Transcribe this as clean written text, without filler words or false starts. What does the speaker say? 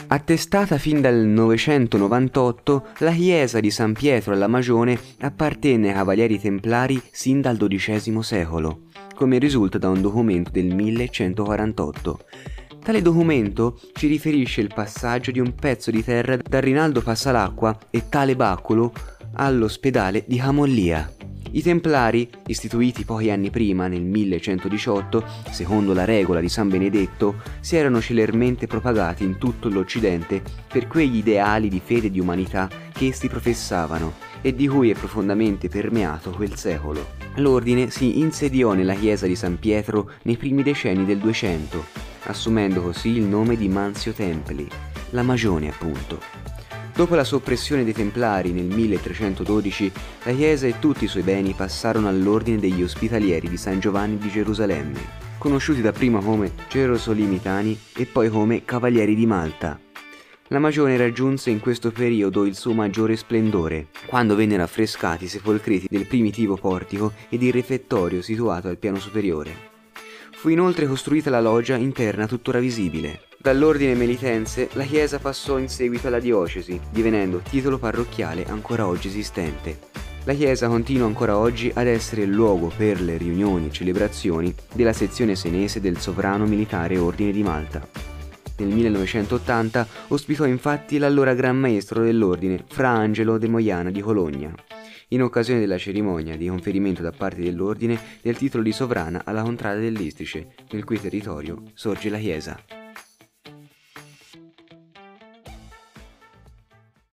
Attestata fin dal 998, la chiesa di San Pietro alla Magione appartenne ai Cavalieri Templari sin dal XII secolo, come risulta da un documento del 1148. Tale documento ci riferisce il passaggio di un pezzo di terra da Rinaldo Passalacqua e tale baculo all'ospedale di Camollia. I Templari, istituiti pochi anni prima, nel 1118, secondo la regola di San Benedetto, si erano celermente propagati in tutto l'Occidente per quegli ideali di fede e di umanità che essi professavano e di cui è profondamente permeato quel secolo. L'ordine si insediò nella chiesa di San Pietro nei primi decenni del 200, assumendo così il nome di Mansio Templi, la Magione appunto. Dopo la soppressione dei Templari nel 1312, la chiesa e tutti i suoi beni passarono all'ordine degli Ospitalieri di San Giovanni di Gerusalemme, conosciuti dapprima come Gerosolimitani e poi come Cavalieri di Malta. La Magione raggiunse in questo periodo il suo maggiore splendore, quando vennero affrescati i sepolcreti del primitivo portico ed il refettorio situato al piano superiore. Fu inoltre costruita la loggia interna tuttora visibile. Dall'ordine melitense la chiesa passò in seguito alla diocesi, divenendo titolo parrocchiale ancora oggi esistente. La chiesa continua ancora oggi ad essere il luogo per le riunioni e celebrazioni della sezione senese del Sovrano Militare Ordine di Malta. Nel 1980 ospitò infatti l'allora Gran Maestro dell'Ordine, Fra Angelo de Moiana di Cologna, in occasione della cerimonia di conferimento da parte dell'Ordine del titolo di sovrana alla contrada dell'Istrice, nel cui territorio sorge la chiesa.